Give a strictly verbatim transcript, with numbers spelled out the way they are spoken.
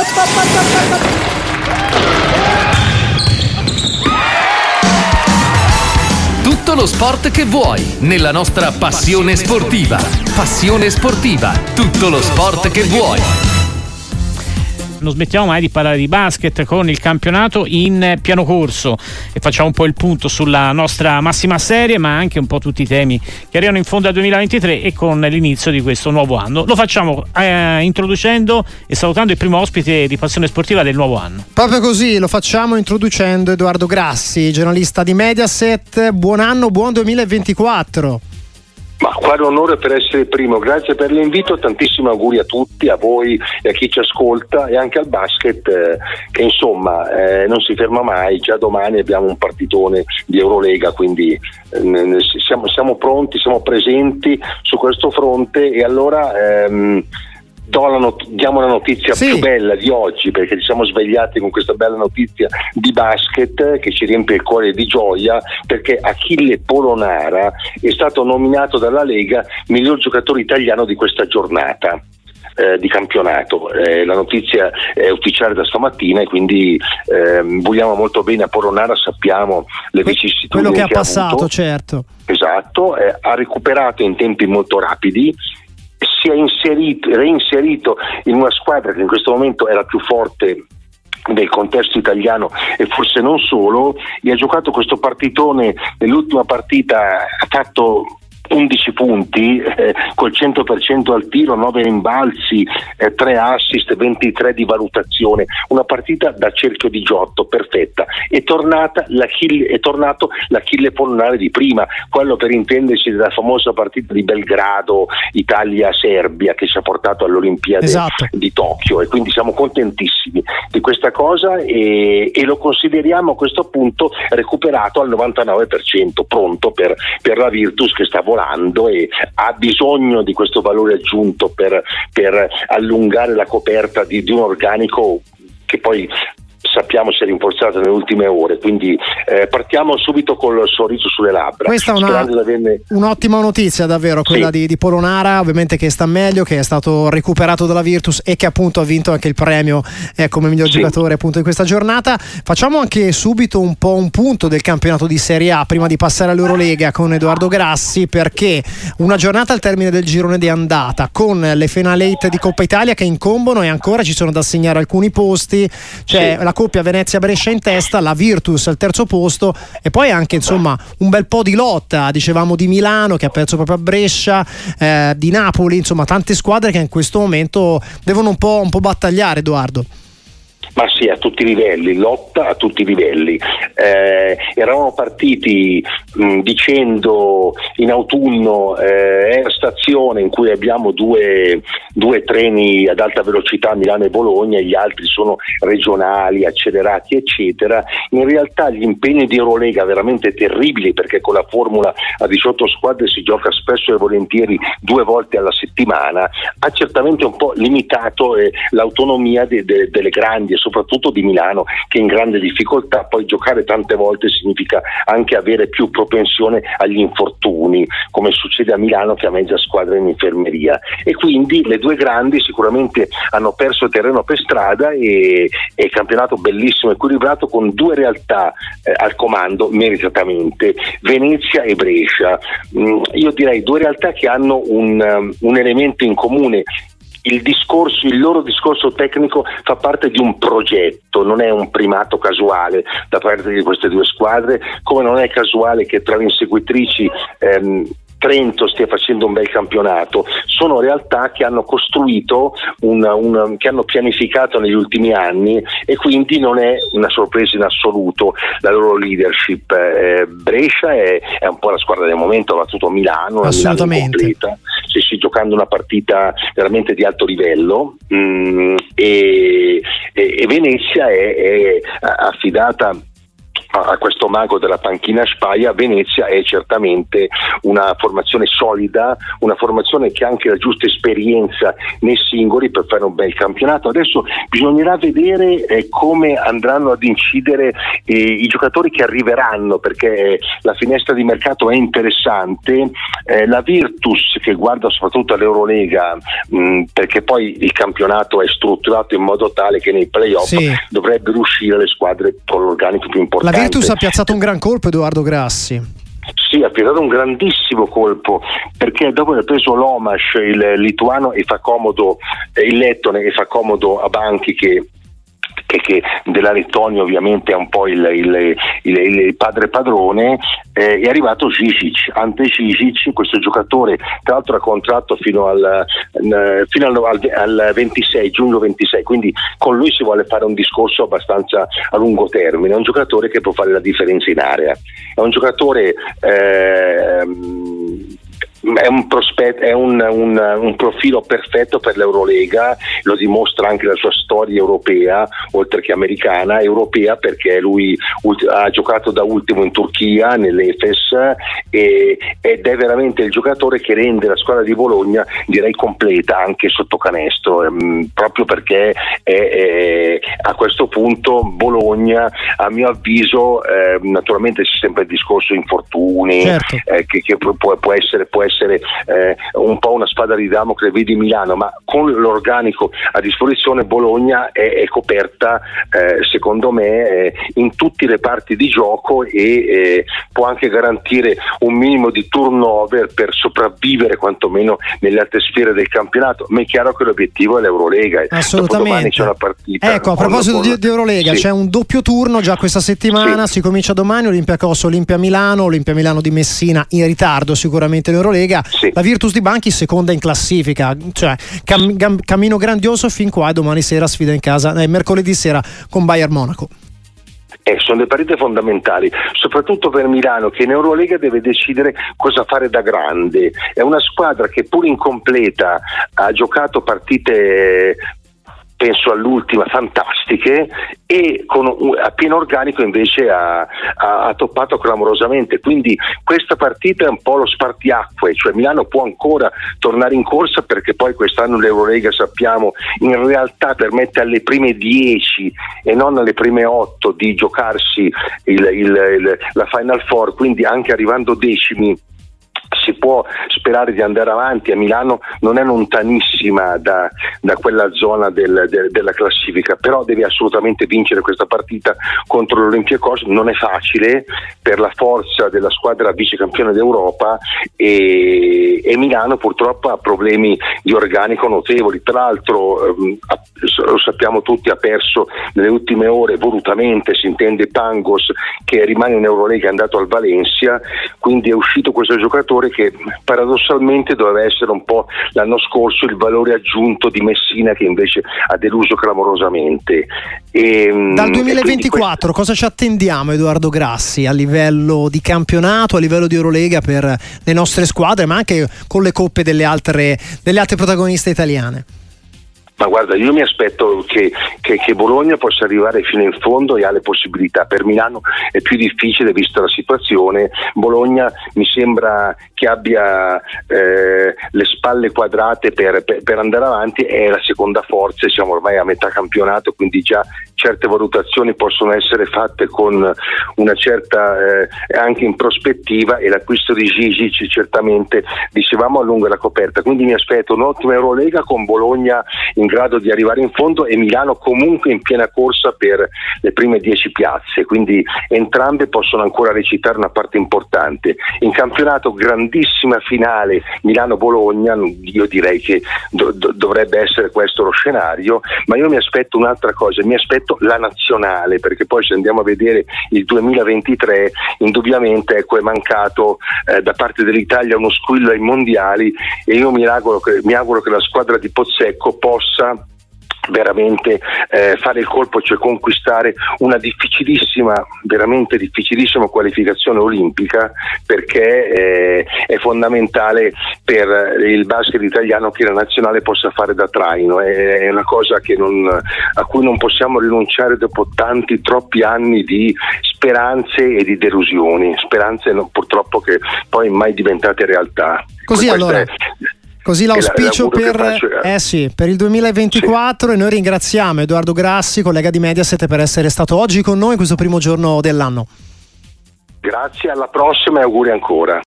Tutto lo sport che vuoi nella nostra passione sportiva. Passione sportiva, tutto lo sport che vuoi. Non smettiamo mai di parlare di basket con il campionato in piano corso e facciamo un po' il punto sulla nostra massima serie, ma anche un po' tutti i temi che arrivano in fondo al duemilaventitré e con l'inizio di questo nuovo anno. Lo facciamo eh, introducendo e salutando il primo ospite di Passione Sportiva del nuovo anno. Proprio così, lo facciamo introducendo Edoardo Grassi, giornalista di Mediaset. Buon anno, buon duemilaventiquattro. Ma quale onore per essere primo, grazie per l'invito, tantissimi auguri a tutti, a voi e a chi ci ascolta e anche al basket eh, che insomma eh, non si ferma mai. Già domani abbiamo un partitone di Eurolega, quindi eh, siamo, siamo pronti, siamo presenti su questo fronte e allora ehm, do la not- diamo la notizia sì. più bella di oggi, perché ci siamo svegliati con questa bella notizia di basket che ci riempie il cuore di gioia, perché Achille Polonara è stato nominato dalla Lega miglior giocatore italiano di questa giornata eh, di campionato. Eh, la notizia è ufficiale da stamattina e quindi eh, vogliamo molto bene a Polonara, sappiamo le vicissitudini quello che ha che passato, ha avuto. Certo. Esatto, eh, ha recuperato in tempi molto rapidi, si è inserito, reinserito in una squadra che in questo momento è la più forte del contesto italiano e forse non solo, e ha giocato questo partitone. Nell'ultima partita ha fatto undici punti eh, col cento per cento al tiro, nove rimbalzi, eh, tre assist, ventitré di valutazione, una partita da cerchio di Giotto perfetta. È tornata l'Achille, è tornato l'Achille Polonara di prima, quello per intenderci della famosa partita di Belgrado Italia-Serbia che ci ha portato alle Olimpiadi esatto. di Tokyo, e quindi siamo contentissimi di questa cosa e, e lo consideriamo a questo punto recuperato al novantanove per cento, pronto per, per la Virtus che sta volando e ha bisogno di questo valore aggiunto per, per allungare la coperta di, di un organico che poi sappiamo si è rinforzato nelle ultime ore, quindi eh, partiamo subito col sorriso sulle labbra. Questa è una, averne... un'ottima notizia davvero, quella sì. di, di Polonara, ovviamente che sta meglio, che è stato recuperato dalla Virtus e che appunto ha vinto anche il premio eh, come miglior sì. giocatore appunto in questa giornata. Facciamo anche subito un po' un punto del campionato di Serie A prima di passare all'Eurolega con Edoardo Grassi, perché una giornata al termine del girone di andata con le Final Eight di Coppa Italia che incombono e ancora ci sono da assegnare alcuni posti, c'è sì. la coppia Venezia-Brescia in testa, la Virtus al terzo posto e poi anche insomma un bel po' di lotta, dicevamo di Milano che ha perso proprio a Brescia, eh, di Napoli, insomma tante squadre che in questo momento devono un po', un po' battagliare, Edoardo. Ma sì, a tutti i livelli, lotta a tutti i livelli. Eh, eravamo partiti mh, dicendo in autunno eh, è la stazione in cui abbiamo due, due treni ad alta velocità, Milano e Bologna, e gli altri sono regionali, accelerati eccetera. In realtà gli impegni di Eurolega veramente terribili, perché con la formula a diciotto squadre si gioca spesso e volentieri due volte alla settimana, ha certamente un po' limitato eh, l'autonomia de, de, delle grandi, soprattutto di Milano, che è in grande difficoltà. Poi giocare tante volte significa anche avere più propensione agli infortuni, come succede a Milano che ha mezza squadra in infermeria, e quindi le due grandi sicuramente hanno perso terreno per strada e è campionato bellissimo, equilibrato, con due realtà eh, al comando meritatamente, Venezia e Brescia. Mm, io direi due realtà che hanno un, um, un elemento in comune. Il discorso, il loro discorso tecnico fa parte di un progetto, non è un primato casuale da parte di queste due squadre, come non è casuale che tra le inseguitrici ehm, Trento stia facendo un bel campionato. Sono realtà che hanno costruito, una, una, che hanno pianificato negli ultimi anni, e quindi non è una sorpresa in assoluto la loro leadership. Eh, Brescia è, è un po' la squadra del momento, ha battuto Milano, assolutamente, Milano completa, si sta giocando una partita veramente di alto livello, mh, e, e, e Venezia è, è affidata a questo mago della panchina Spaia. Venezia è certamente una formazione solida, una formazione che ha anche la giusta esperienza nei singoli per fare un bel campionato. Adesso bisognerà vedere eh, come andranno ad incidere eh, i giocatori che arriveranno, perché la finestra di mercato è interessante. Eh, la Virtus, che guarda soprattutto all'Eurolega, mh, perché poi il campionato è strutturato in modo tale che nei playoff sì. dovrebbero uscire le squadre con l'organico più importante. La Virtus ha piazzato un gran colpo, Edoardo Grassi. Sì, ha piazzato un grandissimo colpo, perché dopo aver preso l'Omash, il lituano, e fa comodo eh, il lettone, e fa comodo a Banchi, che Che, che della Lettonia ovviamente è un po' il, il, il, il padre padrone, eh, è arrivato Žižić, Ante Žižić, questo giocatore tra l'altro ha contratto fino al, eh, fino al, al, al ventisei, giugno ventisei, quindi con lui si vuole fare un discorso abbastanza a lungo termine. È un giocatore che può fare la differenza in area, è un giocatore eh, è un prospetto, è un, un, un profilo perfetto per l'Eurolega, lo dimostra anche la sua storia europea, oltre che americana, europea, perché lui ulti, ha giocato da ultimo in Turchia, nell'Efes, e, ed è veramente il giocatore che rende la squadra di Bologna, direi, completa anche sotto canestro, ehm, proprio perché è, è, a questo punto Bologna, a mio avviso, eh, naturalmente c'è sempre il discorso infortuni, certo. eh, che, che può, può essere può essere essere eh, un po' una spada di Damocle, vedi Milano, ma con l'organico a disposizione Bologna è, è coperta eh, secondo me eh, in tutti i reparti di gioco, e eh, può anche garantire un minimo di turnover per sopravvivere quantomeno nelle altre sfere del campionato. Ma è chiaro che l'obiettivo è l'Eurolega. Assolutamente. C'è una partita. Ecco, a proposito con, con... di, di Eurolega, sì. C'è un doppio turno già questa settimana, sì. Si comincia domani, Olympiacos Olimpia Milano, Olimpia Milano di Messina in ritardo sicuramente in Eurolega. Sì. La Virtus di Banchi seconda in classifica, cioè cam- cam- cammino grandioso fin qua, e domani sera sfida in casa, eh, mercoledì sera con Bayern Monaco. Eh, sono le partite fondamentali, soprattutto per Milano, che in Eurolega deve decidere cosa fare da grande. È una squadra che pur incompleta ha giocato partite, penso all'ultima, fantastiche, e con un, a pieno organico invece ha, ha, ha toppato clamorosamente. Quindi questa partita è un po' lo spartiacque, cioè Milano può ancora tornare in corsa, perché poi quest'anno l'Eurolega, sappiamo, in realtà permette alle prime dieci e non alle prime otto di giocarsi il, il, il, la Final Four, quindi anche arrivando decimi si può sperare di andare avanti. A Milano non è lontanissima da, da quella zona del, del, della classifica, però deve assolutamente vincere questa partita contro l'Olympiacos. Non è facile per la forza della squadra vicecampione d'Europa, e, e Milano purtroppo ha problemi di organico notevoli. Tra l'altro ehm, lo sappiamo tutti, ha perso nelle ultime ore volutamente, si intende, Pangos, che rimane in Eurolega, è andato al Valencia, quindi è uscito questo giocatore che paradossalmente doveva essere un po' l'anno scorso il valore aggiunto di Messina, che invece ha deluso clamorosamente. E, dal duemilaventiquattro questo... cosa ci attendiamo, Edoardo Grassi, a livello di campionato, a livello di Eurolega per le nostre squadre, ma anche con le coppe delle altre, delle altre protagoniste italiane? Ma guarda, io mi aspetto che, che, che Bologna possa arrivare fino in fondo e ha le possibilità. Per Milano è più difficile vista la situazione. Bologna mi sembra che abbia eh, le spalle quadrate per, per, per andare avanti, è la seconda forza, siamo ormai a metà campionato, quindi già certe valutazioni possono essere fatte con una certa eh, anche in prospettiva, e l'acquisto di Žižić certamente, dicevamo, allunga la coperta. Quindi mi aspetto un'ottima Eurolega con Bologna in grado di arrivare in fondo e Milano comunque in piena corsa per le prime dieci piazze, quindi entrambe possono ancora recitare una parte importante. In campionato grandissima finale Milano-Bologna, io direi che do- do- dovrebbe essere questo lo scenario, ma io mi aspetto un'altra cosa, mi aspetto la nazionale, perché poi se andiamo a vedere il duemilaventitré indubbiamente ecco è mancato eh, da parte dell'Italia uno squillo ai mondiali, e io mi auguro che, mi auguro che la squadra di Pozzecco possa veramente eh, fare il colpo, cioè conquistare una difficilissima, veramente difficilissima qualificazione olimpica, perché eh, è fondamentale per il basket italiano che la nazionale possa fare da traino, è una cosa che non, a cui non possiamo rinunciare dopo tanti, troppi anni di speranze e di delusioni, speranze no, purtroppo che poi mai diventate realtà. Così Questa allora... è, Così l'auspicio per, eh sì, per il duemilaventiquattro sì. E noi ringraziamo Edoardo Grassi, collega di Mediaset, per essere stato oggi con noi in questo primo giorno dell'anno. Grazie, alla prossima e auguri ancora.